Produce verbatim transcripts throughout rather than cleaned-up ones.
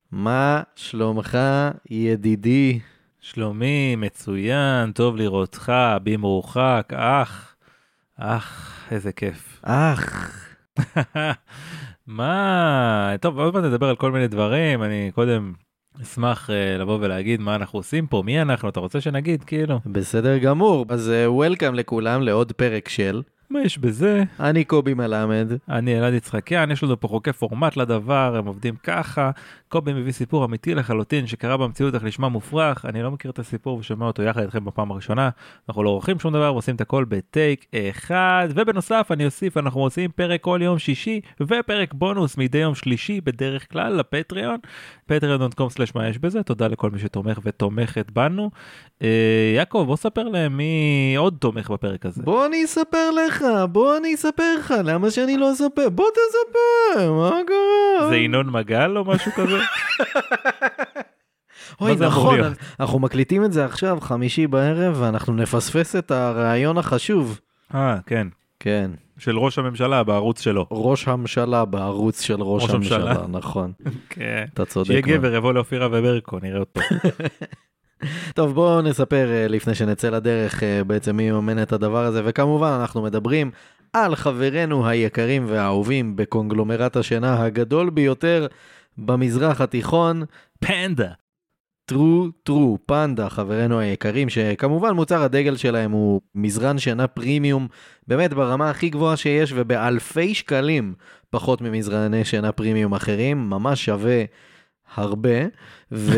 מה שלומך, ידידי? שלומי, מצוין, טוב לראותך, בי מורחק, אח, אח, איזה כיף. אח. מה, טוב, עוד פעם נדבר על כל מיני דברים, אני קודם אשמח uh, לבוא ולהגיד מה אנחנו עושים פה, מי אנחנו, אתה רוצה שנגיד, כאילו? בסדר גמור, אז וולקאם לכולם לעוד פרק של... מה יש בזה? אני קובי מלמד. אני אלעד יצחקיאן, יש לנו פה חוקי פורמט לדבר, הם עובדים ככה, קובי מביא סיפור אמיתי לחלוטין שקרה במציאות איך נשמע מופרך, אני לא מכיר את הסיפור ושומע אותו יחד איתכם בפעם הראשונה, אנחנו לא עורכים שום דבר ועושים את הכל בטייק אחד, ובנוסף אני אוסיף, אנחנו עושים פרק כל יום שישי, ופרק בונוס מדי יום שלישי בדרך כלל לפטריון, פטריון דוט קום סלש מה יש בזה, תודה לכל מי שתומך ותומכת בנו. אה, יעקב, בוא ספר להם מי עוד תומך בפרק הזה. בוא אני אספר לך, בוא אני אספר לך, למה שאני לא אספר? בוא תספר, מה קרה? זה ינון מגל או משהו כזה? אוי, נכון, אנחנו מקליטים את זה עכשיו, חמישי בערב, ואנחנו נפספס את הרעיון החשוב. אה, כן. כן. של ראש הממשלה בערוץ שלו. ראש הממשלה בערוץ של ראש, ראש הממשלה, הממשלה, נכון. כן. אתה צודק. שיהיה גבר, יבוא לאופירה וברקו, נראה אותו. טוב, בואו נספר לפני שנצא לדרך בעצם מי מממן את הדבר הזה, וכמובן אנחנו מדברים על חברינו היקרים והאהובים בקונגלומרט השינה הגדול ביותר במזרח התיכון, פנדה. טרו טרו, פנדה, חברינו היקרים, שכמובן מוצר הדגל שלהם הוא מזרן שינה פרימיום, באמת ברמה הכי גבוהה שיש, ובאלפי שקלים פחות ממזרני שינה פרימיום אחרים, ממש שווה הרבה, ו...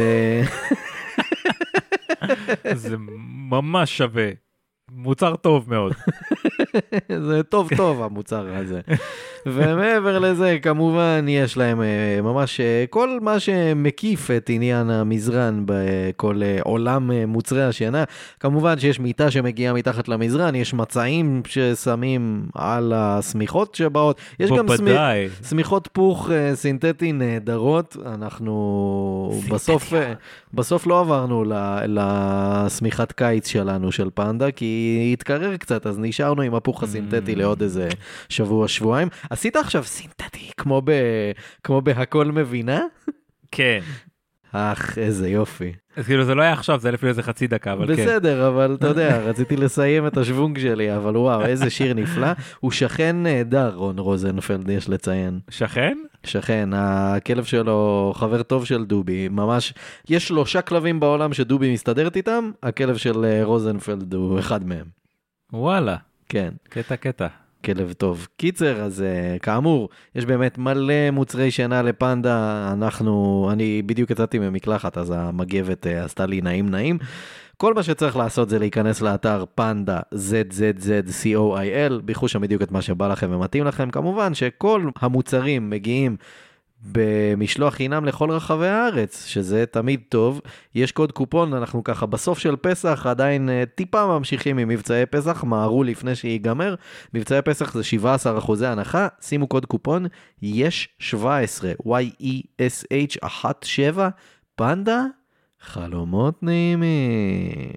זה ממש שווה. מוצר טוב מאוד. זה טוב טוב המוצר הזה. ומעבר לזה כמובן יש להם ממש כל מה שמקיף את עניין המזרן בכל עולם מוצרי השינה. כמובן שיש מיטה שמגיעה מתחת למזרן, יש מצעים ששמים על הסמיכות שבאות, יש גם סמיכות פוך סינתטי נהדרות. אנחנו בסוף בסוף לא עברנו לסמיכת קיץ שלנו של פנדה, כי התקרר קצת, אז נשארנו עם הפוך הסינתטי לעוד איזה שבוע, שבועיים. עשית עכשיו סינתטי, כמו ב... כמו בהכל מבינה? כן. אך, איזה יופי. אז כאילו זה לא היה עכשיו, זה היה לפני איזה חצי דקה, אבל כן. בסדר, אבל אתה יודע, רציתי לסיים את השוונג שלי, אבל וואו, איזה שיר נפלא. הוא שכן נהדר, רון רוזנפלד, יש לציין. שכן? שכן, הכלב שלו חבר טוב של דובי, ממש, יש שלושה כלבים בעולם שדובי מסתדרת איתם, הכלב של רוזנפלד הוא אחד מהם. וואלה. כן. קטע קטע. כלב טוב. קיצר, אז כאמור, יש באמת מלא מוצרי שינה לפנדה, אנחנו, אני בדיוק יצאתי ממקלחת, אז המגבת עשתה לי נעים נעים. כל מה שצריך לעשות זה להיכנס לאתר פנדה, זד זד זד סי או איי אל, ביחו שם בדיוק את מה שבא לכם ומתאים לכם. כמובן שכל המוצרים מגיעים במשלוח חינם לכל רחבי הארץ, שזה תמיד טוב. יש קוד קופון, אנחנו ככה בסוף של פסח עדיין טיפה ממשיכים עם מבצעי פסח, מהרו לפני שיגמר. מבצעי פסח זה שבעה עשר אחוזי הנחה, שימו קוד קופון, יש שבע עשרה, וואי אי אס אייץ' אחת שבע, פנדה, חלומות נעימים.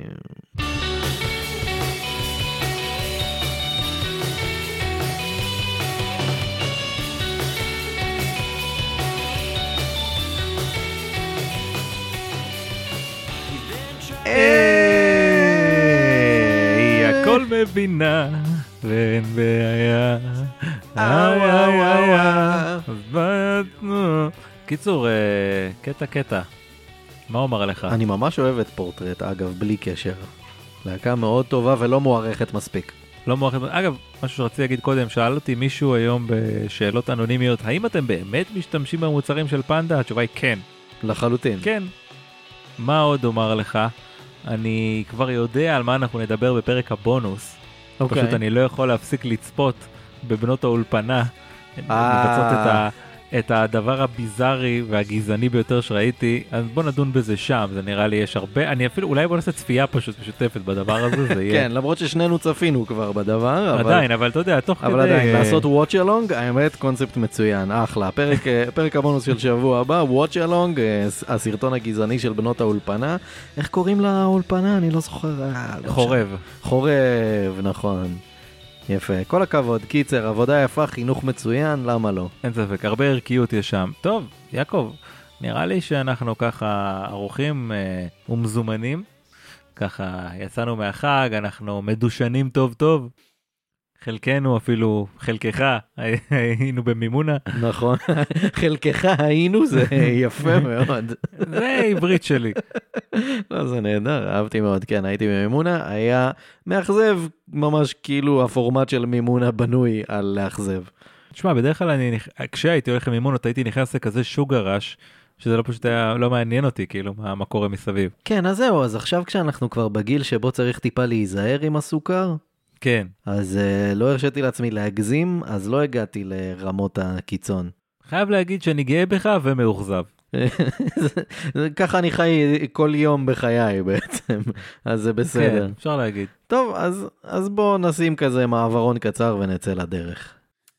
היי, הכל מבינה ואין בעיה. איי איי איי. קיצור, קטע קטע. מה אומר לך? אני ממש אוהב את פורטרט, אגב, בלי קשר. להקה מאוד טובה ולא מוערכת מספיק. לא מוערכת, אגב, משהו שרציתי להגיד קודם, שאל אותי מישהו היום בשאלות אנונימיות, האם אתם באמת משתמשים במוצרים של פנדה? התשובה היא כן. לחלוטין. כן. מה עוד אומר לך? אני כבר יודע על מה אנחנו נדבר בפרק הבונוס. Okay. פשוט אני לא יכול להפסיק לצפות בבנות האולפנה, מבצעות את, ה, את הדבר הביזארי והגזעני ביותר שראיתי, אז בוא נדון בזה שם, זה נראה לי יש הרבה, אני אפילו, אולי בוא נעשה צפייה פשוט משותפת בדבר הזה, זה יהיה... כן, למרות ששנינו צפינו כבר בדבר, אבל... עדיין, אבל אתה יודע, תוך כדי... אבל עדיין, לעשות watch along, האמת, קונספט מצוין, אחלה. פרק, פרק הבונוס של שבוע הבא, watch along, הסרטון הגזעני של בנות האולפנה, איך קוראים לאולפנה? אני לא זוכר... חורב. חורב, נכון. יפה, כל הכבוד, קיצר, עבודה יפה, חינוך מצוין, למה לא? אין ספק, הרבה ערכיות יש שם. טוב, יעקב, נראה לי שאנחנו ככה ערוכים אה, ומזומנים, ככה יצאנו מהחג, אנחנו מדושנים טוב טוב, חלקנו אפילו, חלקך, היינו במימונה. נכון, חלקך היינו, זה יפה מאוד. זה עברית שלי. לא, זה נהדר, אהבתי מאוד, כן, הייתי במימונה, היה מאכזב, ממש כאילו הפורמט של מימונה בנוי על לאכזב. תשמע, בדרך כלל אני, כשהייתי הולך למימונות, הייתי נכנס לכזה שוגרש, שזה לא פשוט היה, לא מעניין אותי, כאילו, מה, מה קורה מסביב. כן, אז זהו, אז עכשיו כשאנחנו כבר בגיל שבו צריך טיפה להיזהר עם הסוכר, כן. אז uh, לא הרשיתי לעצמי להגזים, אז לא הגעתי לרמות הקיצון. חייב להגיד שאני גאה בך ומאוכזב. ככה אני חי כל יום בחיי בעצם, אז זה בסדר. כן, אפשר להגיד. טוב, אז, אז בואו נשים כזה מעברון קצר ונצא לדרך.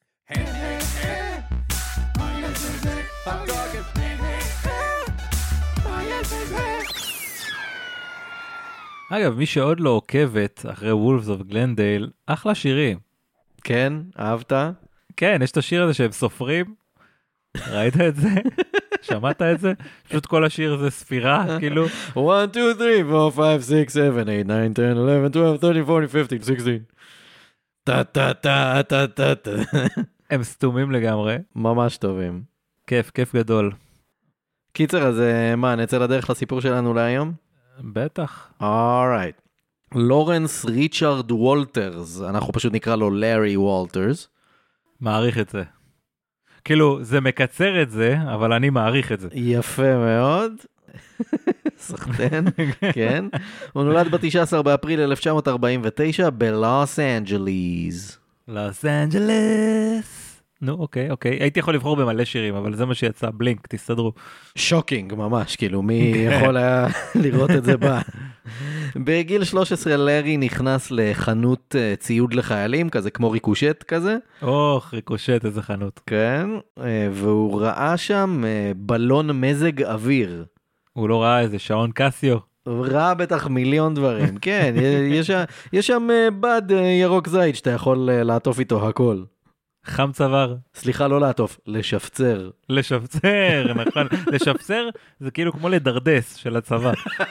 אגב, מי שעוד לא עוקבת אחרי Wolves of Glendale, אחלה שירים. כן, אהבת? כן, יש את השיר הזה שהם סופרים. ראית את זה? שמעת את זה? פשוט כל השיר זה ספירה, כאילו. one, two, three, four, five, six, seven, eight, nine, ten, eleven, twelve, thirteen, fourteen, fifteen, sixteen. טה טה טה טה טה טה. הם סתומים לגמרי. ממש טובים. כיף, כיף גדול. קיצר, אז מה, נצא לדרך לסיפור שלנו להיום? בטח. אורייט. לורנס ריצ'רד וולטרס, אנחנו פשוט נקרא לו לארי וולטרס. מעריך את זה. כאילו, זה מקצר את זה, אבל אני מעריך את זה. יפה מאוד. סחטן, כן. הוא נולד ב-תשעה עשר באפריל אלף תשע מאות ארבעים ותשע בלוס אנג'ליס. לוס אנג'לס. נו, אוקיי, אוקיי. הייתי יכול לבחור במלא שירים, אבל זה מה שיצא, בלינק, תסתדרו. שוקינג ממש, כאילו מי יכול היה לראות את זה בה. בגיל שלוש עשרה לארי נכנס לחנות ציוד לחיילים, כזה כמו ריקושט כזה. אוח, ריקושט, איזה חנות. כן, והוא ראה שם בלון מזג אוויר. הוא לא ראה איזה שעון קסיו. הוא ראה בטח מיליון דברים, כן, יש, יש שם בד ירוק זית שאתה יכול לעטוף איתו הכל. חם צוואר. סליחה, לא לעטוף, לשפצר. לשפצר, נכון. לשפצר זה כאילו כמו לדרדס של הצבא.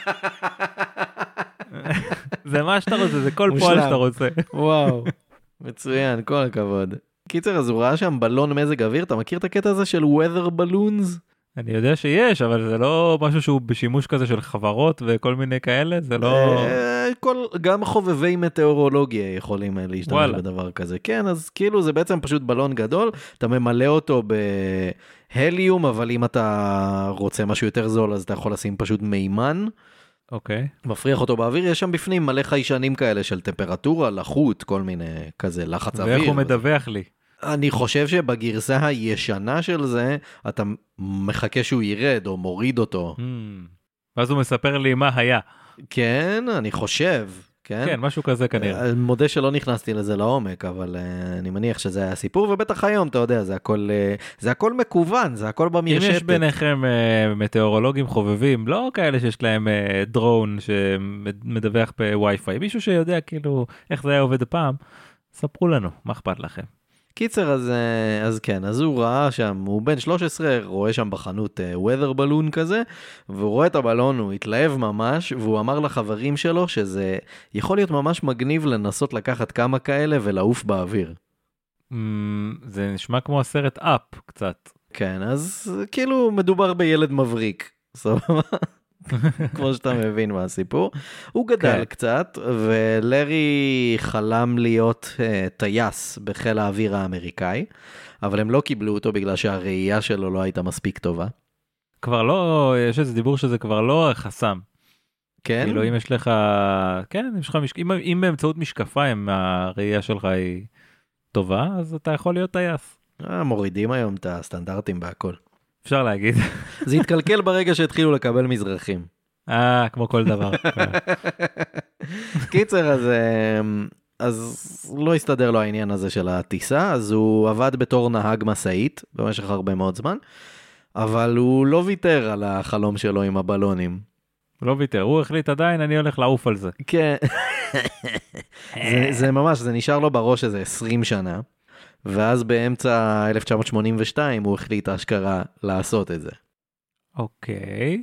זה מה שאתה רוצה, זה כל פועל שאתה רוצה. וואו, מצוין, כל הכבוד. קיצר, אז הוא ראה שם בלון מזג אוויר, אתה מכיר את הקטע הזה של weather balloons? אני יודע שיש, אבל זה לא משהו שהוא בשימוש כזה של חברות וכל מיני כאלה, זה לא... כל, גם חובבי מטאורולוגיה יכולים להשתמש בדבר כזה. כן, אז כאילו זה בעצם פשוט בלון גדול, אתה ממלא אותו בהליום, אבל אם אתה רוצה משהו יותר זול, אז אתה יכול לשים פשוט מימן. אוקיי. מפריח אותו באוויר, יש שם בפנים מלא חיישנים כאלה של טמפרטורה, לחות, כל מיני כזה לחץ אוויר. ואיך הוא מדווח לי? אני חושב שבגרסה הישנה של זה, אתה מחכה שהוא ירד או מוריד אותו. ואז הוא מספר לי מה היה. כן, אני חושב. כן, כן, משהו כזה כנראה. אני מודה שלא נכנסתי לזה לעומק, אבל uh, אני מניח שזה היה סיפור, ובטח היום, אתה יודע, זה הכל, uh, זה הכל מקוון, זה הכל במרשתת. אם יש ביניכם uh, מטאורולוגים חובבים, לא כאלה שיש להם uh, דרון שמדווח בווי-פיי, מישהו שיודע כאילו איך זה היה עובד הפעם, ספרו לנו, מה אכפת לכם? קיצר, אז, אז כן, אז הוא ראה שם, הוא בן שלוש עשרה, רואה שם בחנות uh, weather balloon כזה, והוא רואה את הבלון, הוא התלהב ממש, והוא אמר לחברים שלו שזה יכול להיות ממש מגניב לנסות לקחת כמה כאלה ולעוף באוויר. Mm, זה נשמע כמו הסרט אפ קצת. כן, אז כאילו מדובר בילד מבריק, סבבה? כמו שאתה מבין מהסיפור. הוא גדל כן. קצת, ולרי חלם להיות uh, טייס בחיל האוויר האמריקאי, אבל הם לא קיבלו אותו בגלל שהראייה שלו לא הייתה מספיק טובה. כבר לא, יש איזה דיבור שזה כבר לא חסם. כן? כאילו אם יש לך, כן, יש לך משק... אם, אם באמצעות משקפיים הראייה שלך היא טובה, אז אתה יכול להיות טייס. מורידים היום את הסטנדרטים בהכל. אפשר להגיד. זה התקלקל ברגע שהתחילו לקבל מזרחים. אה, כמו כל דבר. קיצר, אז, אז לא הסתדר לו העניין הזה של הטיסה, אז הוא עבד בתור נהג מסעית במשך הרבה מאוד זמן, אבל הוא לא ויתר על החלום שלו עם הבלונים. לא ויתר, הוא החליט עדיין, אני הולך לעוף על זה. כן. זה, זה ממש, זה נשאר לו בראש איזה עשרים שנה. ואז באמצע אלף תשע מאות שמונים ושתיים הוא החליט אשכרה לעשות את זה. אוקיי.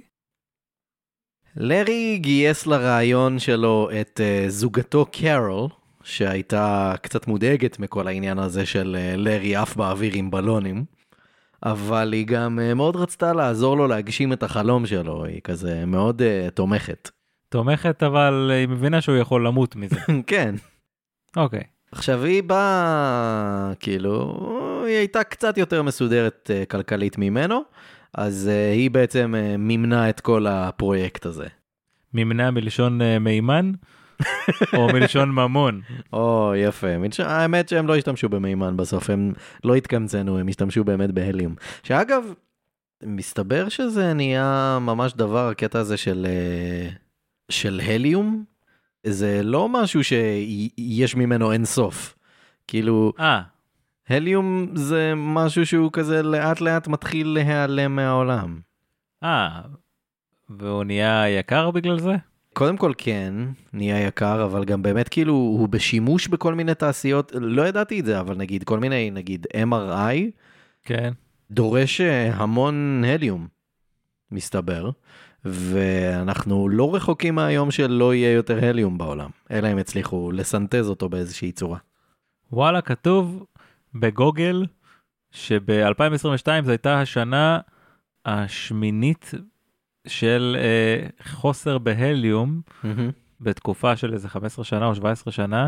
לארי גייס לרעיון שלו את uh, זוגתו קרול, שהייתה קצת מודאגת מכל העניין הזה של uh, לארי עף באוויר עם בלונים, אבל היא גם uh, מאוד רצתה לעזור לו להגשים את החלום שלו, היא כזה מאוד uh, תומכת. תומכת, אבל היא מבינה שהוא יכול למות מזה. כן. אוקיי. עכשיו היא באה, כאילו, היא הייתה קצת יותר מסודרת uh, כלכלית ממנו, אז uh, היא בעצם uh, מימנה את כל הפרויקט הזה. מימנה מלשון uh, מימן? או מלשון ממון? או, יפה. מלש... האמת שהם לא השתמשו במימן בסוף, הם לא התקמצנו, הם השתמשו באמת בהליום. שאגב, מסתבר שזה נהיה ממש דבר, הקטע הזה של, uh, של הליום, זה לא משהו שיש ממנו אין סוף. כאילו, אה. הליום זה משהו שהוא כזה לאט לאט מתחיל להיעלם מהעולם. אה, והוא נהיה יקר בגלל זה? קודם כל כן, נהיה יקר, אבל גם באמת כאילו הוא בשימוש בכל מיני תעשיות, לא ידעתי את זה, אבל נגיד כל מיני, נגיד אם אר איי, כן. דורש המון הליום, מסתבר, ואנחנו לא רחוקים מהיום שלא יהיה יותר הליום בעולם, אלא הם הצליחו לסנטז אותו באיזושהי צורה. וואלה, כתוב בגוגל שב-אלפיים עשרים ושתיים זו הייתה השנה השמינית של אה, חוסר בהליום, Mm-hmm. בתקופה של איזה חמש עשרה שנה או שבע עשרה שנה,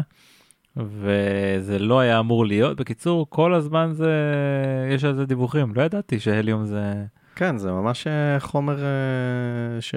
וזה לא היה אמור להיות. בקיצור, כל הזמן זה, יש על זה דיווחים. לא ידעתי שהליום זה... כן, זה ממש חומר ש...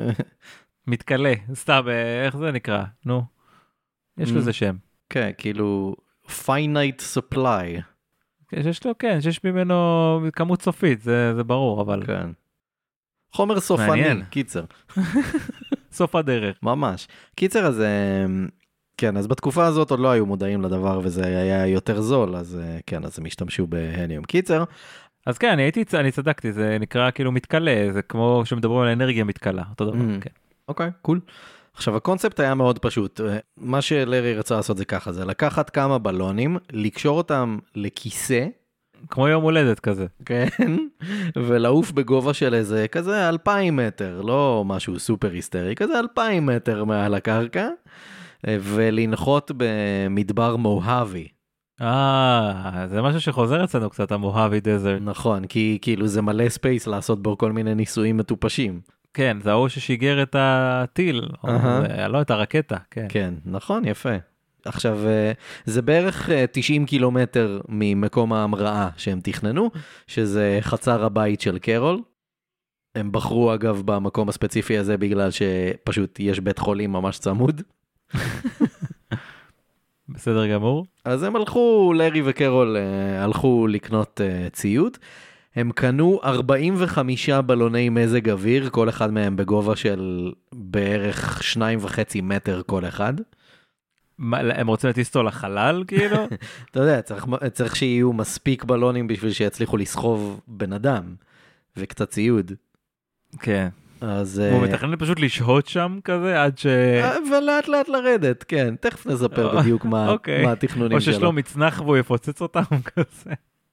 מתקלה, סתם, איך זה נקרא? נו, יש לזה שם. כן, כאילו, finite supply. שיש לו, כן, שיש ממנו כמות סופית, זה, זה ברור, אבל... כן. חומר סופני, מעניין. קיצר. סוף הדרך. ממש. קיצר, אז... כן, אז בתקופה הזאת עוד לא היו מודעים לדבר, וזה היה יותר זול, אז כן, אז הם השתמשו בהליום. קיצר... אז כן, אני הייתי, אני צדקתי, זה נקרא כאילו מתקלה, זה כמו שמדברים על אנרגיה מתקלה, אותו דבר, Mm. כן. אוקיי, קול. עכשיו, הקונספט היה מאוד פשוט. מה שלארי רצה לעשות זה ככה, זה לקחת כמה בלונים, לקשור אותם לכיסא, כמו יום הולדת כזה. כן, ולעוף בגובה של איזה כזה אלפיים מטר, לא משהו סופר היסטרי, כזה אלפיים מטר מעל הקרקע, ולנחות במדבר מוהבי. אה, זה משהו שחוזר אצלנו קצת, המוהבי דזרט. נכון, כי כאילו זה מלא ספייס לעשות בו כל מיני ניסויים מטופשים. כן, זה ההוא ששיגר את הטיל, או זה, לא, את הרקטה, כן. כן, נכון, יפה. עכשיו, זה בערך תשעים קילומטר ממקום ההמראה שהם תכננו, שזה חצר הבית של קרול. הם בחרו אגב במקום הספציפי הזה בגלל שפשוט יש בית חולים ממש צמוד. בסדר גמור. אז הם הלכו, לארי וקרול הלכו לקנות ציוד. הם קנו ארבעים וחמישה בלוני מזג אוויר, כל אחד מהם בגובה של בערך שניים וחצי מטר כל אחד. מה, הם רוצים להטיס אותו לחלל, כאילו? אתה יודע, צריך, צריך שיהיו מספיק בלונים בשביל שיצליחו לסחוב בן אדם, וקצת ציוד. כן. אז... הוא מתכנן פשוט לשהות שם כזה, עד ש... ולאט לאט לרדת, כן. תכף נספר בדיוק מה, מה התכנונים שלו. או שיש לו מצנח והוא יפוצץ אותם כזה.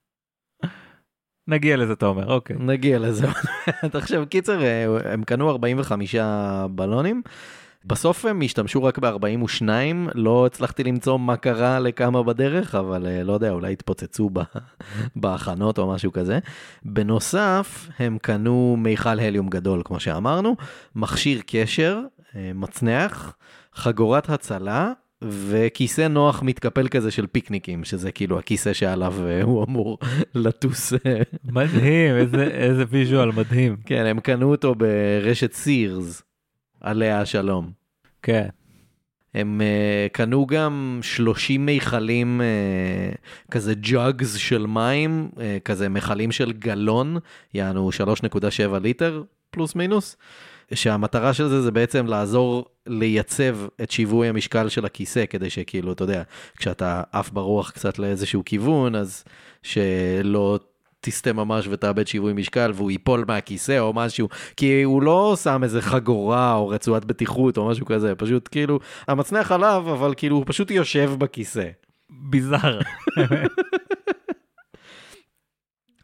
נגיע לזה, אתה אומר, אוקיי. נגיע לזה. עכשיו, קיצר, הם קנו ארבעים וחמישה בלונים, בסוף הם השתמשו רק ב-ארבעים ושניים, לא הצלחתי למצוא מה קרה לכמה בדרך, אבל לא יודע, אולי התפוצצו בהכנות או משהו כזה. בנוסף, הם קנו מיכל הליום גדול, כמו שאמרנו, מכשיר קשר, מצנח, חגורת הצלה, וכיסא נוח מתקפל כזה של פיקניקים, שזה כאילו הכיסא שעליו הוא אמור לטוס. מדהים, איזה, איזה ויז'ואל מדהים. כן, הם קנו אותו ברשת סירס, עליה השלום. כן. הם uh, קנו גם שלושים מיכלים, uh, כזה ג'אגס של מים, uh, כזה מיכלים של גלון, יענו שלוש נקודה שבע ליטר, פלוס מינוס, שהמטרה של זה זה בעצם לעזור לייצב את שיווי המשקל של הכיסא, כדי שכאילו, אתה יודע, כשאתה עף ברוח קצת לאיזשהו כיוון, אז שלא תסתה ממש ותאבד שיווי משקל, והוא ייפול מהכיסא או משהו, כי הוא לא שם איזה חגורה או רצועת בטיחות או משהו כזה, פשוט כאילו, המצנח עליו, אבל כאילו הוא פשוט יושב בכיסא. ביזר.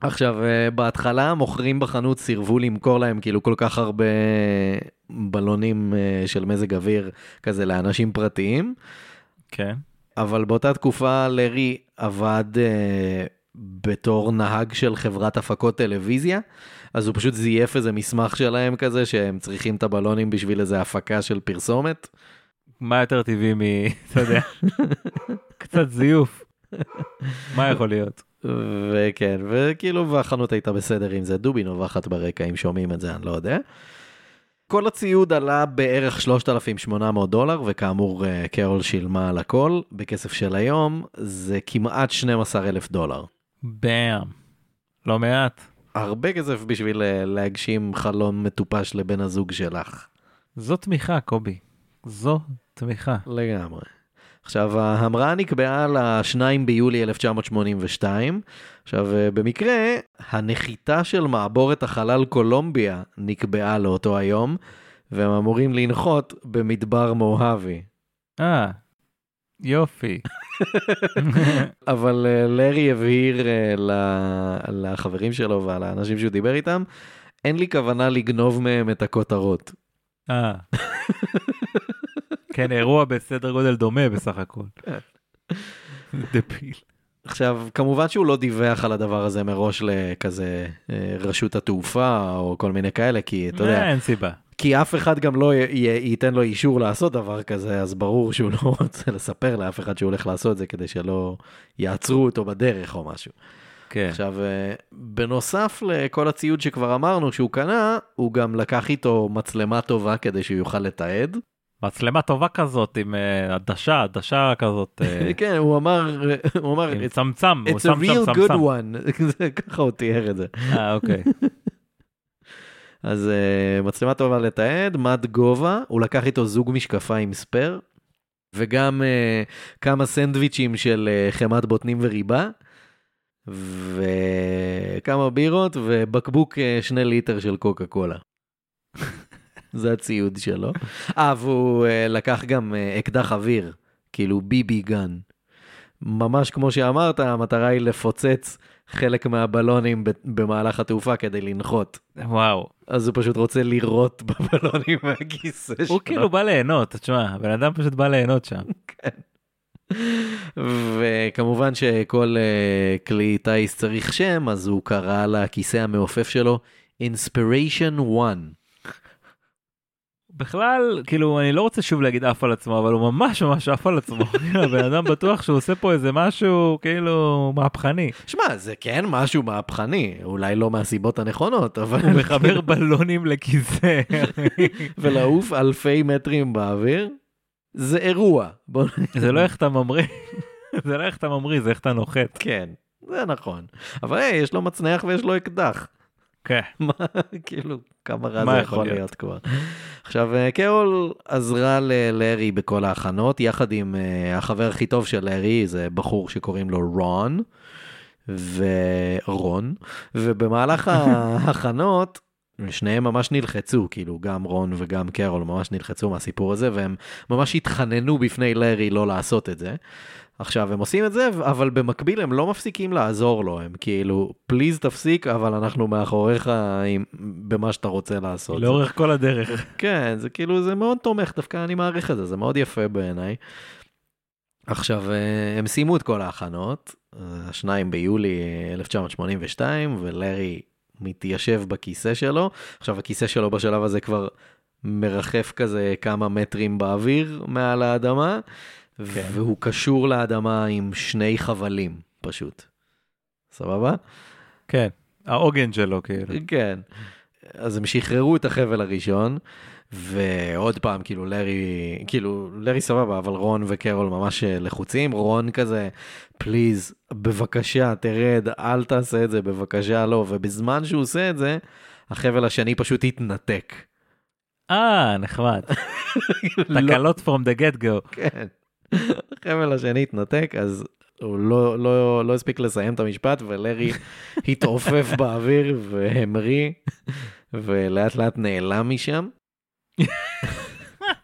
עכשיו, בהתחלה מוכרים בחנות סירבו למכור להם כאילו כל כך הרבה בלונים של מזג אוויר כזה לאנשים פרטיים. כן. אבל באותה תקופה לרי עבד בתור נהג של חברת הפקות טלוויזיה, אז הוא פשוט זייף איזה מסמך שלהם כזה, שהם צריכים את הבלונים בשביל איזה הפקה של פרסומת. מה יותר טבעי מ... אתה יודע, קצת זיוף. מה יכול להיות? וכן, וכאילו, והחנות הייתה בסדר עם זה, דובי נובחת ברקע, אם שומעים את זה, אני לא יודע. כל הציוד עלה בערך שלושת אלפים ושמונה מאות דולר, וכאמור, קרול שילמה על הכל. בכסף של היום, זה כמעט שנים עשר אלף דולר. באם. לא מעט. הרבה כסף בשביל להגשים חלום מטופש לבן הזוג שלך. זו תמיכה, קובי. זו תמיכה. לגמרי. עכשיו, ההמראה נקבעה ל-השני ביולי אלף תשע מאות שמונים ושתיים. עכשיו, במקרה, הנחיתה של מעבורת החלל קולומביה נקבעה לאותו היום, והם אמורים לנחות במדבר מוהבי. אה, יופי. אבל לרי הבהיר לחברים שלו ולאנשים שהוא דיבר איתם, אין לי כוונה לגנוב מהם את הכותרות. אה. כן, אירוע בסדר גודל דומה בסך הכל. דפיל. עכשיו, כמובן שהוא לא דיווח על הדבר הזה מראש לכזה רשות התעופה או כל מיני כאלה, כי אתה יודע... אין סיבה. כי אף אחד גם לא ייתן לו אישור לעשות דבר כזה, אז ברור שהוא לא רוצה לספר לאף אחד שהוא הולך לעשות את זה, כדי שלא יעצרו אותו בדרך או משהו. כן. עכשיו, בנוסף לכל הציוד שכבר אמרנו שהוא קנה, הוא גם לקח איתו מצלמה טובה כדי שהוא יוכל לתעד. מצלמה טובה כזאת עם עדשה, עדשה כזאת. כן, הוא אמר, הוא אמר, עם צמצם, הוא it's שם a שם real צמצם. good one, ככה הוא תיאר את זה. אה, אוקיי. אז מצלמה טובה לתעד, מד גובה, הוא לקח איתו זוג משקפיים ספר, וגם כמה סנדוויצ'ים של חמת בוטנים וריבה, וכמה בירות, ובקבוק שני ליטר של קוקה קולה. זה הציוד שלו. אה, והוא לקח גם אקדח אוויר, כאילו ביבי גן. ממש כמו שאמרת, המטרה היא לפוצץ חלק מהבלונים במהלך התעופה כדי לנחות. וואו. אז הוא פשוט רוצה לירות בבלונים מהכיסא שלו. הוא כאילו בא ליהנות, תשמע, הבן אדם פשוט בא ליהנות שם. כן. וכמובן שכל uh, כלי טייס צריך שם, אז הוא קרא לכיסא המעופף שלו Inspiration One. בכלל, כאילו, אני לא רוצה שוב להגיד אף על עצמו, אבל הוא ממש ממש אף על עצמו. הבן אדם בטוח שהוא עושה פה איזה משהו, כאילו, מהפכני. שמע, זה כן משהו מהפכני, אולי לא מהסיבות הנכונות, אבל... הוא מחבר בלונים לכיסא. ולעוף אלפי מטרים באוויר, זה אירוע. זה לא איך אתה ממריא, זה לא איך אתה ממריא, זה איך אתה נוחת. כן, זה נכון. אבל hey, יש לו מצנח ויש לו אקדח. כן. מה, כאילו, כמה רע זה יכול להיות כבר. עכשיו, קרול עזרה ללארי בכל ההכנות, יחד עם החבר הכי טוב של לארי, זה בחור שקוראים לו רון, ורון, ובמהלך ההכנות, שניהם ממש נלחצו, כאילו, גם רון וגם קרול ממש נלחצו מהסיפור הזה, והם ממש התחננו בפני לארי לא לעשות את זה. עכשיו, הם עושים את זה, אבל במקביל הם לא מפסיקים לעזור לו, הם כאילו, פליז תפסיק, אבל אנחנו מאחוריך עם, במה שאתה רוצה לעשות. לאורך כל הדרך. כן, זה כאילו, זה מאוד תומך, דווקא אני מעריך את זה, זה מאוד יפה בעיניי. עכשיו, הם סיימו את כל ההכנות, השניים ביולי אלף תשע מאות שמונים ושתיים, ולארי מתיישב בכיסא שלו. עכשיו, הכיסא שלו בשלב הזה כבר מרחף כזה כמה מטרים באוויר מעל האדמה, כן. והוא קשור לאדמה עם שני חבלים, פשוט. סבבה? כן, העוגן שלו, כאילו. כן. אז הם שחררו את החבל הראשון, ועוד פעם, כאילו, לארי, כאילו, לארי סבבה, אבל רון וקרול ממש לחוצים. רון כזה, פליז, בבקשה, תרד, אל תעשה את זה, בבקשה, לא. ובזמן שהוא עושה את זה, החבל השני פשוט התנתק. אה, נחמד. תקלות from the get-go. כן. החבל השני התנתק, אז הוא לא, לא, לא הספיק לסיים את המשפט, ולארי התעופף באוויר והמריא, ולאט לאט נעלם משם.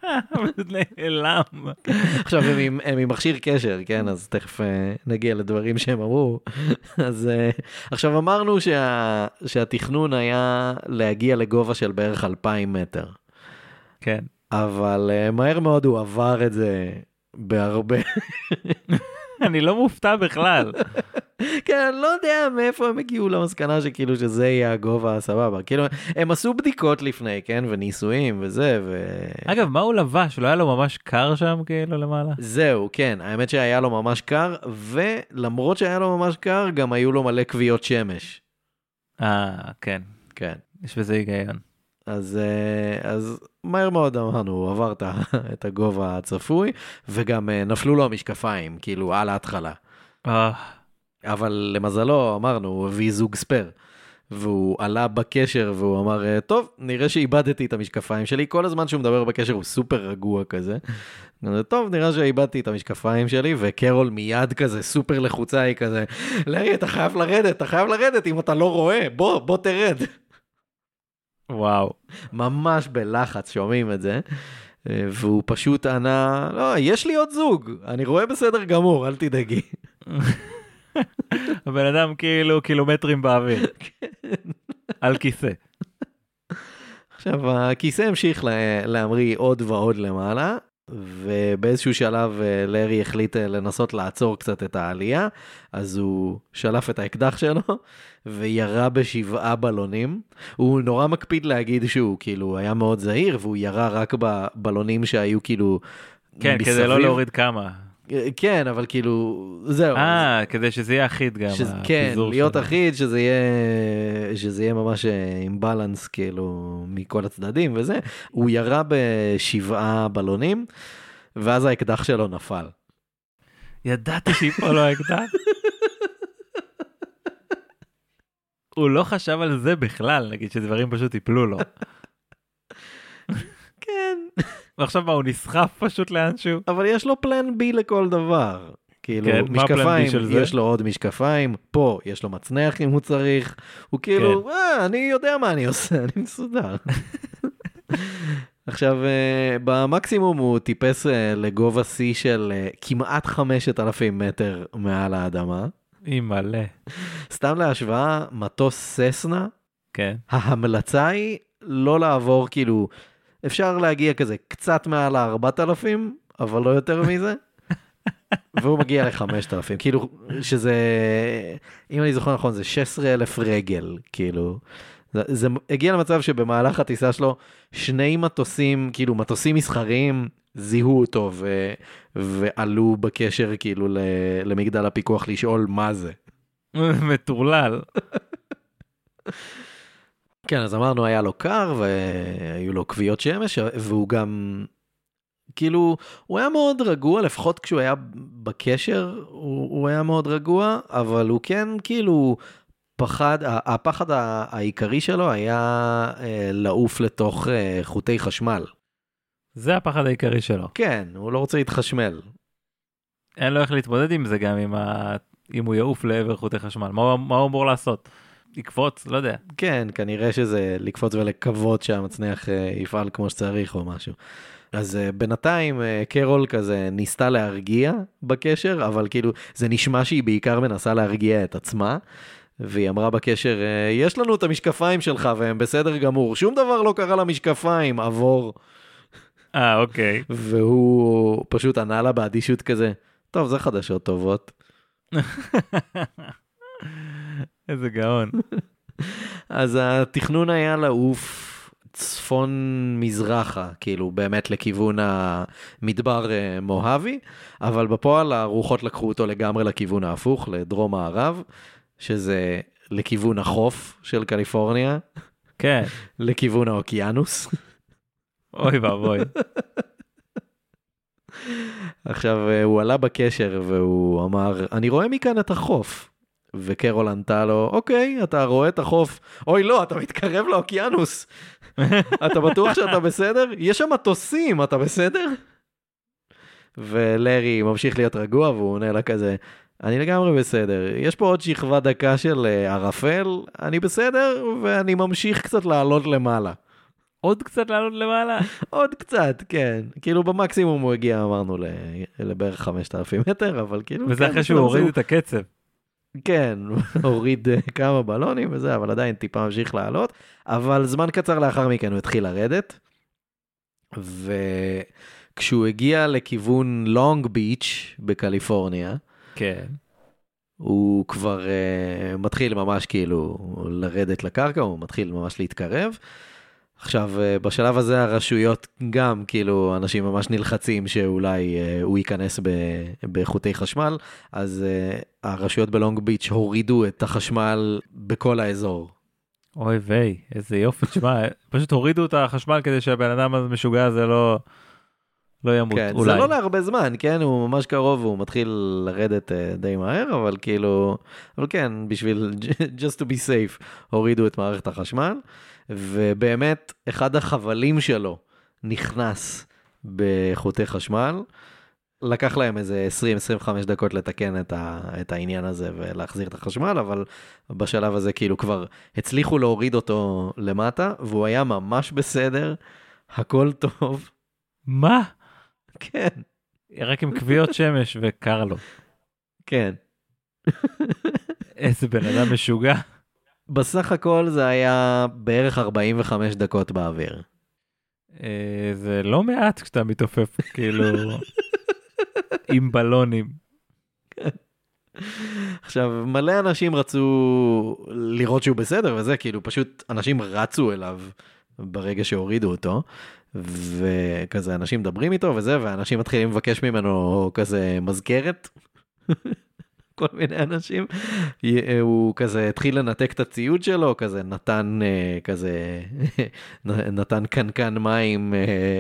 פשוט נעלם. עכשיו הם עם, הם עם מכשיר קשר, כן? אז תכף נגיע לדברים שהם אמרו. אז עכשיו אמרנו שה, שהתכנון היה להגיע לגובה של בערך אלפיים מטר. כן. אבל מהר מאוד הוא עבר את זה בהרבה. אני לא מופתע בכלל. כן, אני לא יודע מאיפה הם הגיעו למסקנה שכאילו שזה יהיה הגובה הסבבה. כאילו, הם עשו בדיקות לפני, כן? וניסויים וזה, ו... אגב, מה הוא לבש? לא היה לו ממש קר שם כאילו למעלה? זהו, כן. האמת שהיה לו ממש קר, ולמרות שהיה לו ממש קר, גם היו לו מלא כוויות שמש. אה, כן. כן. יש בזה היגיון. אז, אז מהר מאוד אמרנו, הוא עבר את הגובה הצפוי, וגם נפלו לו המשקפיים, כאילו, על ההתחלה. אה... אבל למזלו, אמרנו, הוא הביא זוג ספר, והוא עלה בקשר, והוא אמר, טוב, נראה שאיבדתי את המשקפיים שלי, כל הזמן שהוא מדבר בקשר הוא סופר רגוע כזה, טוב, נראה שאיבדתי את המשקפיים שלי, וקרול מיד כזה, סופר לחוצה, היא כזה, לארי, אתה חייב לרדת, אתה חייב לרדת, אם אתה לא רואה, בוא, בוא תרד. וואו. ממש בלחץ, שומעים את זה, והוא פשוט ענה, לא, יש לי עוד זוג, אני רואה בסדר גמור, אל תדאגי. הבן אדם כאילו קילומטרים באוויר. על כיסא. עכשיו, הכיסא המשיך להמריא עוד ועוד למעלה, ובאיזשהו שלב לארי החליט לנסות לעצור קצת את העלייה, אז הוא שלף את האקדח שלו, וירה בשבעה בלונים. הוא נורא מקפיד להגיד שהוא כאילו היה מאוד זהיר, והוא ירה רק בבלונים שהיו כאילו כן, מסביב. כדי לא להוריד כמה. כן, אבל כאילו, זהו. אה, כדי שזה יהיה אחיד גם. שזה, כן, להיות אחיד, שזה יהיה, שזה יהיה ממש עם בלנס, כאילו, מכל הצדדים וזה. הוא ירה בשבעה בלונים, ואז האקדח שלו נפל. ידעתי שיפול לו האקדח. הוא לא חשב על זה בכלל, נגיד שדברים פשוט יפלו לו. כן. ועכשיו מה, הוא נסחף פשוט לאנשהו? אבל יש לו פלן בי לכל דבר. כאילו, כן, משקפיים, יש לו עוד משקפיים, פה יש לו מצנח אם הוא צריך, הוא כאילו, כן. אה, אני יודע מה אני עושה, אני מסודר. עכשיו, במקסימום הוא טיפס לגובה C של כמעט חמשת אלפים מטר מעל האדמה. היא מלא. סתם להשוואה, מטוס ססנה, כן. ההמלצה היא לא לעבור כאילו, אפשר להגיע כזה קצת מעל ה-ארבעת אלפים, אבל לא יותר מזה, והוא מגיע ל-חמשת אלפים, כאילו שזה, אם אני זוכר נכון, זה שישה עשר אלף רגל, כאילו, זה, זה הגיע למצב שבמהלך הטיסה שלו, שני מטוסים, כאילו מטוסים מסחריים, זיהו אותו, ו, ועלו בקשר כאילו למגדל הפיקוח לשאול מה זה. מטורלל. כן, אז אמרנו, היה לו קר, והיו לו כוויות שמש, והוא גם, כאילו, הוא היה מאוד רגוע, לפחות כשהוא היה בקשר, הוא, הוא היה מאוד רגוע, אבל הוא כן, כאילו, פחד, הפחד העיקרי שלו היה אה, לעוף לתוך אה, חוטי חשמל. זה הפחד העיקרי שלו. כן, הוא לא רוצה להתחשמל. אין לו איך להתמודד עם זה גם, עם ה... אם הוא יעוף לעבר חוטי חשמל. מה, מה הוא אמור לעשות? לקפוץ? לא יודע. כן, כנראה שזה לקפוץ ולקוות שהמצנח יפעל כמו שצריך או משהו. אז בינתיים קרול כזה ניסתה להרגיע בקשר, אבל כאילו זה נשמע שהיא בעיקר מנסה להרגיע את עצמה, והיא אמרה בקשר, יש לנו את המשקפיים שלך והם בסדר גמור, שום דבר לא קרה למשקפיים, עבור. אה, אוקיי. והוא פשוט ענה לה באדישות כזה, טוב, זה חדשות טובות. איזה גאון. אז התכנון היה לעוף צפון מזרחה, כאילו באמת לכיוון המדבר מוהבי, אבל בפועל הרוחות לקחו אותו לגמרי לכיוון ההפוך, לדרום הערב, שזה לכיוון החוף של קליפורניה. כן. לכיוון האוקיינוס. אוי ואבוי. עכשיו הוא עלה בקשר והוא אמר, אני רואה מכאן את החוף. וקרול ענתה לו, אוקיי, אתה רואה את החוף. אוי לא, אתה מתקרב לאוקיינוס. אתה בטוח שאתה בסדר? יש שם מטוסים, אתה בסדר? ולארי ממשיך להיות רגוע והוא עונה לה כזה, אני לגמרי בסדר. יש פה עוד שכבה דקה של ערפל, אני בסדר, ואני ממשיך קצת לעלות למעלה. עוד קצת לעלות למעלה? עוד קצת, כן. כאילו במקסימום הוא הגיע, אמרנו, לבערך חמשת אלפים מטר, אבל כאילו... וזה אחרי שהוא הוריד את הקצב. כן, הוריד כמה בלונים וזה, אבל עדיין טיפה ממשיך לעלות. אבל זמן קצר לאחר מכן הוא התחיל לרדת. וכשהוא הגיע לכיוון לונג ביץ' בקליפורניה, כן. הוא כבר uh, מתחיל ממש כאילו לרדת לקרקע, הוא מתחיל ממש להתקרב. עכשיו, uh, בשלב הזה הרשויות גם, כאילו, אנשים ממש נלחצים שאולי uh, הוא ייכנס באיכותי חשמל, אז uh, הרשויות בלונג ביץ' הורידו את החשמל בכל האזור. אוי ויי, איזה יופי, תשמע, פשוט הורידו את החשמל כדי שהבן אדם המשוגע הזה לא... לא ימות, כן, אולי. זה לא להרבה זמן, כן, הוא ממש קרוב, הוא מתחיל לרדת uh, די מהר, אבל כאילו, אבל כן, בשביל, just to be safe, הורידו את מערכת החשמל, ובאמת, אחד החבלים שלו נכנס באיכותי חשמל, לקח להם איזה עשרים עד עשרים וחמש דקות לתקן את, ה, את העניין הזה ולהחזיר את החשמל, אבל בשלב הזה כאילו כבר הצליחו להוריד אותו למטה, והוא היה ממש בסדר, הכל טוב. מה? כן. רק עם קביעות שמש וקר לו. כן. איזה בן אדם משוגע. בסך הכל זה היה בערך ארבעים וחמש דקות באוויר. זה לא מעט כשאתה מתעופף כאילו עם בלונים. עכשיו, מלא אנשים רצו לראות שהוא בסדר וזה, כאילו פשוט אנשים רצו אליו ברגע שהורידו אותו. וכזה אנשים מדברים איתו וזה, ואנשים מתחילים לבקש ממנו כזה מזכרת, כל מיני אנשים, הוא כזה התחיל לנתק את הציוד שלו, כזה נתן כזה, נתן קנקן מים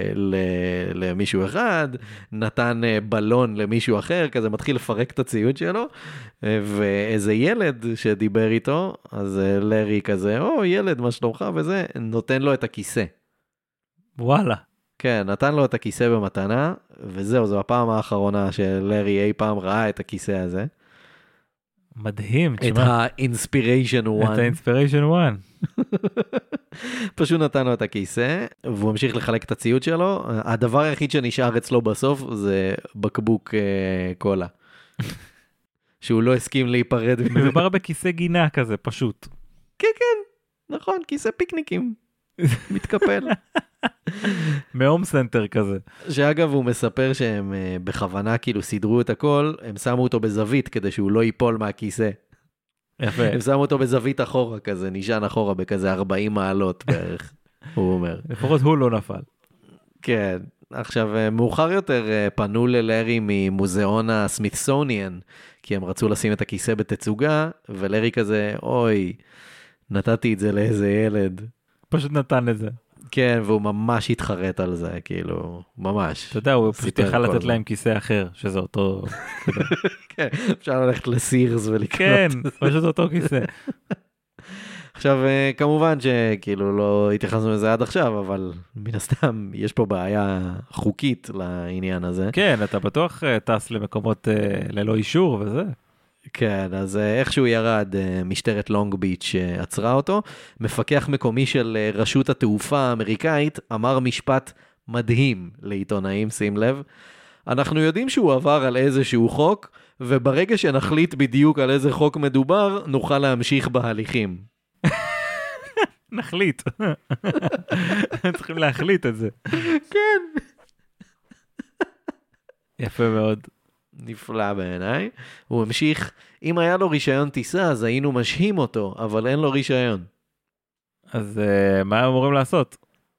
למישהו אחד, נתן בלון למישהו אחר, כזה מתחיל לפרק את הציוד שלו, ואיזה ילד שדיבר איתו, אז לרי כזה, או ילד מה שלומך וזה, נותן לו את הכיסא. וואלה. כן, נתן לו את הכיסא במתנה, וזהו, זו הפעם האחרונה שלרי אי פעם ראה את הכיסא הזה. מדהים, תשמע. את ה-Inspiration one. את ה-Inspiration one. פשוט נתן לו את הכיסא, והוא המשיך לחלק את הציוד שלו. הדבר היחיד שנשאר אצלו בסוף זה בקבוק אה, קולה. שהוא לא הסכים להיפרד. מדובר בכיסא גינה כזה, פשוט. כן, כן, נכון, כיסא פיקניקים. מתקפל. מהום סנטר כזה. שאגב הוא מספר שהם uh, בכוונה כאילו סידרו את הכל, הם שמו אותו בזווית כדי שהוא לא ייפול מהכיסא. יפה. הם שמו אותו בזווית אחורה כזה, נשען אחורה בכזה ארבעים מעלות בערך, הוא אומר. לפחות הוא לא נפל. כן, עכשיו מאוחר יותר uh, פנו ללרי ממוזיאון הסמית'סוניאן, כי הם רצו לשים את הכיסא בתצוגה, ולרי כזה, אוי, נתתי את זה לאיזה ילד. פשוט נתן את זה. כן, והוא ממש התחרט על זה, כאילו, ממש. אתה יודע, הוא פשוט יכל לתת להם כיסא אחר, שזה אותו... כן, אפשר ללכת לסירס ולקנות. כן, פשוט אותו כיסא. עכשיו, כמובן שכאילו לא התייחסנו לזה עד עכשיו, אבל מן הסתם יש פה בעיה חוקית לעניין הזה. כן, אתה בטוח טס למקומות ללא אישור וזה. כן, אז איכשהו ירד, משטרת לונג ביץ' עצרה אותו. מפקח מקומי של רשות התעופה האמריקאית אמר משפט מדהים לעיתונאים, שים לב. אנחנו יודעים שהוא עבר על איזשהו חוק, וברגע שנחליט בדיוק על איזה חוק מדובר, נוכל להמשיך בהליכים. נחליט. צריכים להחליט את זה. כן. יפה מאוד. נפלא בעיניי. הוא המשיך, אם היה לו רישיון טיסה, אז היינו משהים אותו, אבל אין לו רישיון. אז uh, מה אמורים לעשות?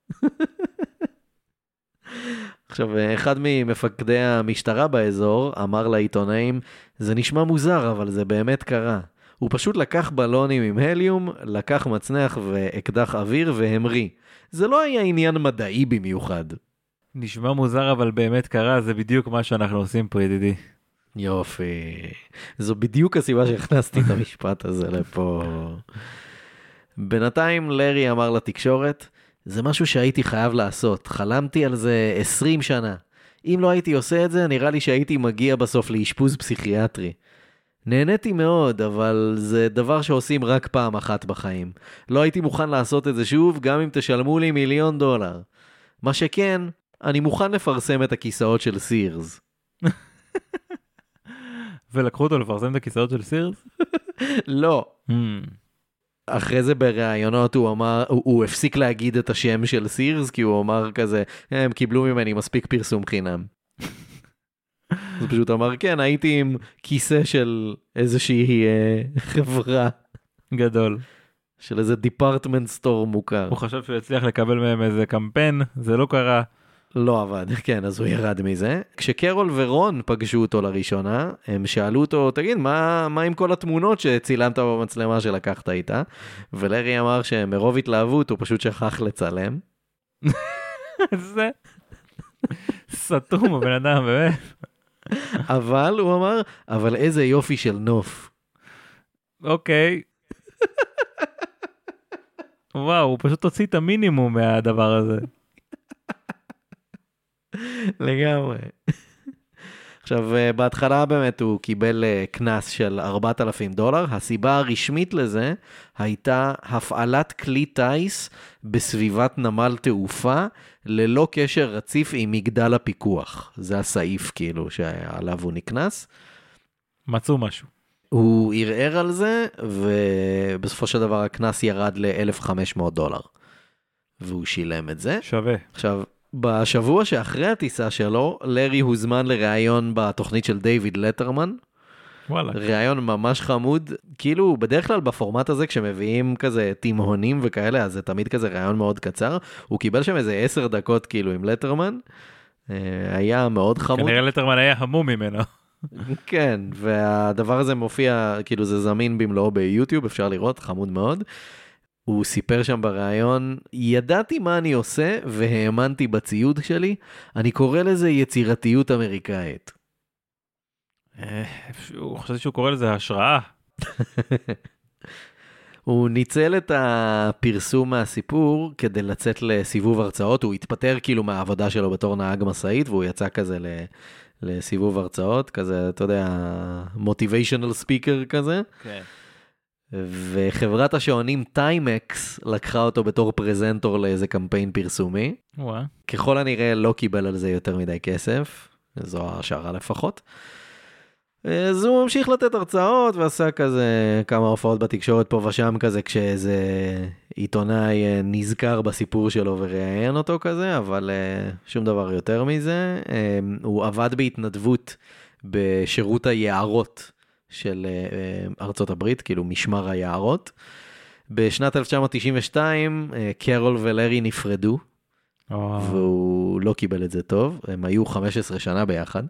עכשיו, אחד ממפקדי המשטרה באזור אמר לעיתונאים, זה נשמע מוזר, אבל זה באמת קרה. הוא פשוט לקח בלונים עם הליום, לקח מצנח ואקדח אוויר והמריא. זה לא היה עניין מדעי במיוחד. נשמע מוזר, אבל באמת קרה, זה בדיוק מה שאנחנו עושים פה, ידידי. יופי. זו בדיוק הסיבה שהכנסתי את המשפט הזה לפה. בינתיים לרי אמר לתקשורת, זה משהו שהייתי חייב לעשות. חלמתי על זה עשרים שנה. אם לא הייתי עושה את זה, נראה לי שהייתי מגיע בסוף לאשפוז פסיכיאטרי. נהניתי מאוד, אבל זה דבר שעושים רק פעם אחת בחיים. לא הייתי מוכן לעשות את זה שוב, גם אם תשלמו לי מיליון דולר. מה שכן, אני מוכן לפרסם את הכיסאות של סירס. ולקחו אותו לפרסם את הכיסאות של סירס? לא. Hmm. אחרי זה בראיונות הוא אמר, הוא, הוא הפסיק להגיד את השם של סירס, כי הוא אמר כזה, הם קיבלו ממני מספיק פרסום חינם. אז פשוט אמר, כן, הייתי עם כיסא של איזושהי אה, חברה. גדול. של איזה דיפרטמנט סטור מוכר. הוא חשב שהוא יצליח לקבל מהם איזה קמפיין, זה לא קרה. לא עבד, כן, אז הוא ירד מזה. כשקרול ורון פגשו אותו לראשונה, הם שאלו אותו, תגיד, מה, מה עם כל התמונות שצילמת במצלמה שלקחת איתה? ולרי אמר שמרוב התלהבות הוא פשוט שכח לצלם. זה סתום הבן אדם, באמת. אבל הוא אמר, אבל איזה יופי של נוף. אוקיי. וואו, הוא פשוט הוציא את המינימום מהדבר הזה. לגמרי. עכשיו, בהתחלה באמת הוא קיבל קנס של ארבעת אלפים דולר. הסיבה הרשמית לזה הייתה הפעלת כלי טייס בסביבת נמל תעופה, ללא קשר רציף עם מגדל הפיקוח. זה הסעיף כאילו שעליו הוא נקנס. מצאו משהו. הוא ערער על זה, ובסופו של דבר הקנס ירד ל-אלף וחמש מאות דולר. והוא שילם את זה. שווה. עכשיו, בשבוע שאחרי הטיסה שלו, לרי הוזמן לראיון בתוכנית של דיוויד לטרמן. וואלה. ראיון ממש חמוד. כאילו, בדרך כלל בפורמט הזה, כשמביאים כזה תימהונים וכאלה, אז זה תמיד כזה ראיון מאוד קצר. הוא קיבל שם איזה עשר דקות כאילו עם לטרמן. היה מאוד חמוד. כנראה לטרמן היה המום ממנו. כן, והדבר הזה מופיע, כאילו זה זמין במלואו ביוטיוב, אפשר לראות, חמוד מאוד. הוא סיפר שם בראיון, ידעתי מה אני עושה והאמנתי בציוד שלי, אני קורא לזה יצירתיות אמריקאית. הוא חושב שהוא קורא לזה השראה. הוא ניצל את הפרסום מהסיפור כדי לצאת לסיבוב הרצאות, הוא התפטר כאילו מהעבודה שלו בתור נהג מסעית, והוא יצא כזה ל... לסיבוב הרצאות, כזה, אתה יודע, motivational speaker כזה. כן. וחברת השעונים טיימקס לקחה אותו בתור פרזנטור לאיזה קמפיין פרסומי. וואה. ככל הנראה לא קיבל על זה יותר מדי כסף, זו השערה לפחות. אז הוא ממשיך לתת הרצאות ועשה כזה כמה הופעות בתקשורת פה ושם כזה, כשאיזה עיתונאי נזכר בסיפור שלו וראיין אותו כזה, אבל שום דבר יותר מזה. הוא עבד בהתנדבות בשירות היערות של ארצות הברית, כאילו משמר היערות. בשנת אלף תשע מאות תשעים ושתיים קרול ולרי נפרדו, והוא לא קיבל את זה טוב, הם היו חמש עשרה שנה ביחד.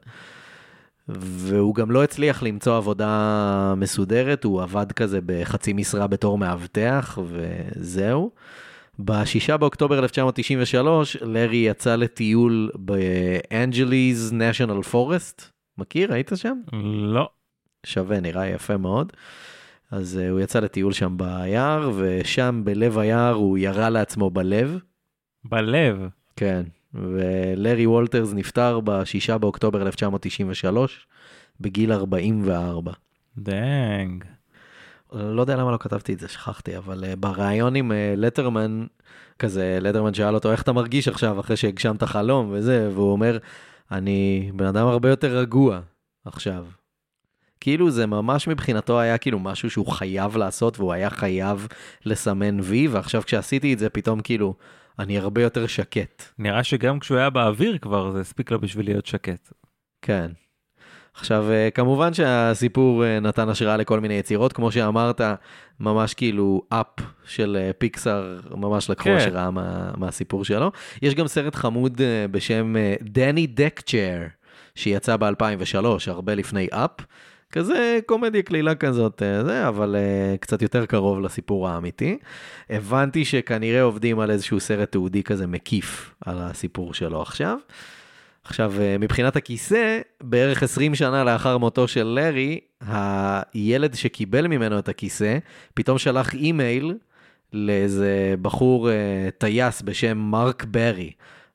והוא גם לא הצליח למצוא עבודה מסודרת, הוא עבד כזה בחצי משרה בתור מאבטח, וזהו. בשישה באוקטובר אלף תשע מאות תשעים ושלוש, לרי יצא לטיול באנג'ליז נשיונל פורסט. מכיר? היית שם? לא. שווה, נראה יפה מאוד. אז הוא יצא לטיול שם ביער, ושם בלב היער הוא ירה לעצמו בלב. בלב? כן. ולרי וולטרס נפטר בשישה באוקטובר אלף תשע מאות תשעים ושלוש, בגיל ארבעים וארבע. דנג. לא יודע למה לא כתבתי את זה, שכחתי, אבל uh, בראיון עם uh, לטרמן, כזה, לטרמן שאל אותו, איך אתה מרגיש עכשיו אחרי שהגשמת חלום וזה, והוא אומר, אני בן אדם הרבה יותר רגוע עכשיו. כאילו זה ממש מבחינתו היה כאילו משהו שהוא חייב לעשות, והוא היה חייב לסמן וי, ועכשיו כשעשיתי את זה פתאום כאילו, אני הרבה יותר שקט. נראה שגם כשהוא היה באוויר כבר, זה הספיק לו בשביל להיות שקט. כן. עכשיו, כמובן שהסיפור נתן השראה לכל מיני יצירות, כמו שאמרת, ממש כאילו אפ של פיקסאר, ממש לקחו השראה מה, מהסיפור שלו. יש גם סרט חמוד בשם דני דקצ'ר, שיצא ב-אלפיים ושלוש, הרבה לפני אפ. כזה קומדיה כלילה כזאת, זה, אבל uh, קצת יותר קרוב לסיפור האמיתי. הבנתי שכנראה עובדים על איזשהו סרט תעודי כזה מקיף על הסיפור שלו עכשיו. עכשיו, uh, מבחינת הכיסא, בערך עשרים שנה לאחר מותו של לרי, הילד שקיבל ממנו את הכיסא, פתאום שלח אימייל לאיזה בחור uh, טייס בשם מרק ברי.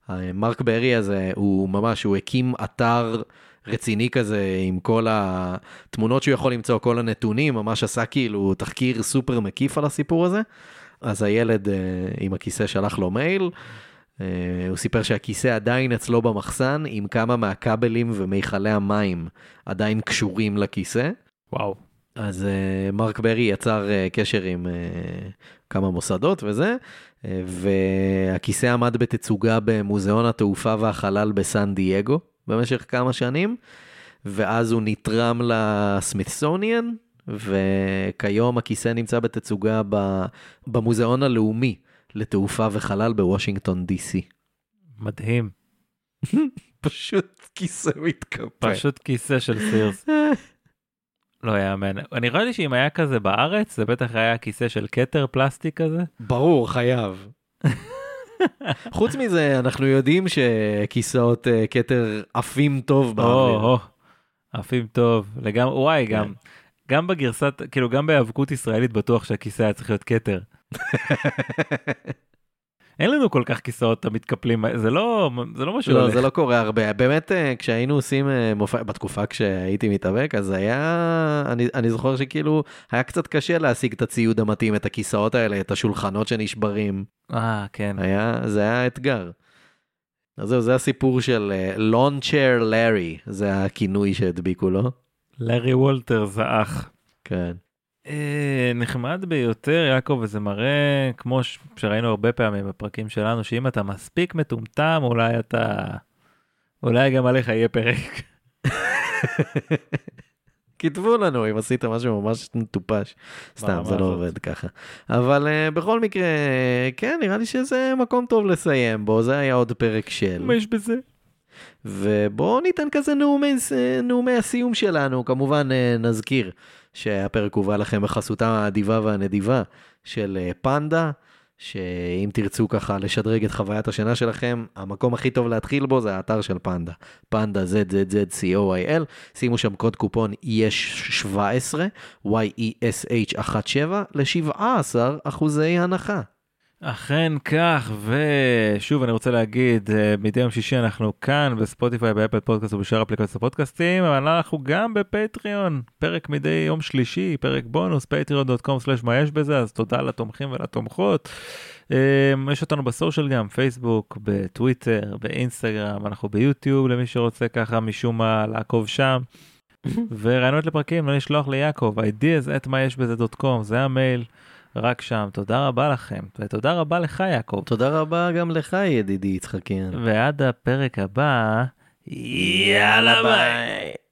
מרק ברי הזה, הוא ממש, הוא הקים אתר רציני כזה, עם כל התמונות שהוא יכול למצוא, כל הנתונים, ממש עשה כאילו תחקיר סופר מקיף על הסיפור הזה. אז הילד עם הכיסא שלח לו מייל, הוא סיפר שהכיסא עדיין אצלו במחסן, עם כמה מהכבלים ומיכלי המים עדיין קשורים לכיסא. וואו. אז מרק ברי יצר קשר עם כמה מוסדות וזה, והכיסא עמד בתצוגה במוזיאון התעופה והחלל בסן דייגו, במשך כמה שנים, ואז הוא נתרם לסמית'סוניאן, וכיום הכיסא נמצא בתצוגה במוזיאון הלאומי לתעופה וחלל בוושינגטון די סי. מדהים. פשוט כיסא מתקפל. פשוט כיסא של סירס. לא יאמן. אני רואה לי שאם היה כזה בארץ, זה בטח היה כיסא של קטר פלסטיק כזה. ברור, חייב. חוץ מזה, אנחנו יודעים שכיסאות קטר עפים טוב באוויר. עפים טוב. לגמרי, וואי, גם, גם בגרסת, כאילו גם בהיאבקות ישראלית בטוח שהכיסא היה צריך להיות קטר. אין לנו כל כך כיסאות המתקפלים, זה לא, זה לא משהו לא, הולך. זה לא קורה הרבה. באמת, כשהיינו עושים מופע, בתקופה כשהייתי מתאבק, אז היה, אני, אני זוכר שכאילו, היה קצת קשה להשיג את הציוד המתאים, את הכיסאות האלה, את השולחנות שנשברים. אה, כן. היה, זה היה אתגר. אז זהו, זה הסיפור של Lawn Chair Larry, זה הכינוי שהדביקו לו. לארי וולטר זה אח. כן. אה, נחמד ביותר, יעקב, וזה מראה, כמו שראינו הרבה פעמים בפרקים שלנו, שאם אתה מספיק מטומטם, אולי אתה, אולי גם עליך יהיה פרק. כתבו לנו אם עשית משהו ממש מטופש. סתם, זה לא עובד ככה. אבל uh, בכל מקרה, כן, נראה לי שזה מקום טוב לסיים בו, זה היה עוד פרק של. מה יש בזה? ובואו ניתן כזה נאומי, נאומי הסיום שלנו, כמובן uh, נזכיר. שהפרק הובא לכם בחסותם האדיבה והנדיבה של פנדה, שאם תרצו ככה לשדרג את חוויית השינה שלכם, המקום הכי טוב להתחיל בו זה האתר של פנדה, פנדה זד זד זד סי או איי אל, שימו שם קוד קופון יש שבע עשרה, וואי אי אס אייץ' שבע עשרה, ל-שבעה עשר אחוזי הנחה. אכן כך, ושוב אני רוצה להגיד, מדי יום שישי אנחנו כאן בספוטיפיי, באפל פודקאסט ובשאר אפליקציות הפודקאסטים, אבל אנחנו גם בפטריון, פרק מדי יום שלישי, פרק בונוס, פטריון דוט קום סלש מה יש בזה, אז תודה לתומכים ולתומכות. יש אותנו בסושיאל גם, פייסבוק, בטוויטר, באינסטגרם, אנחנו ביוטיוב למי שרוצה ככה משום מה לעקוב שם, ורעיונות לפרקים, לא לשלוח ליעקב, ideas at מה יש בזה דוט קום, זה המייל. רק שם, תודה רבה לכם, ותודה רבה לך יעקב. תודה רבה גם לך ידידי יצחקיאן. ועד הפרק הבא, יאללה ביי.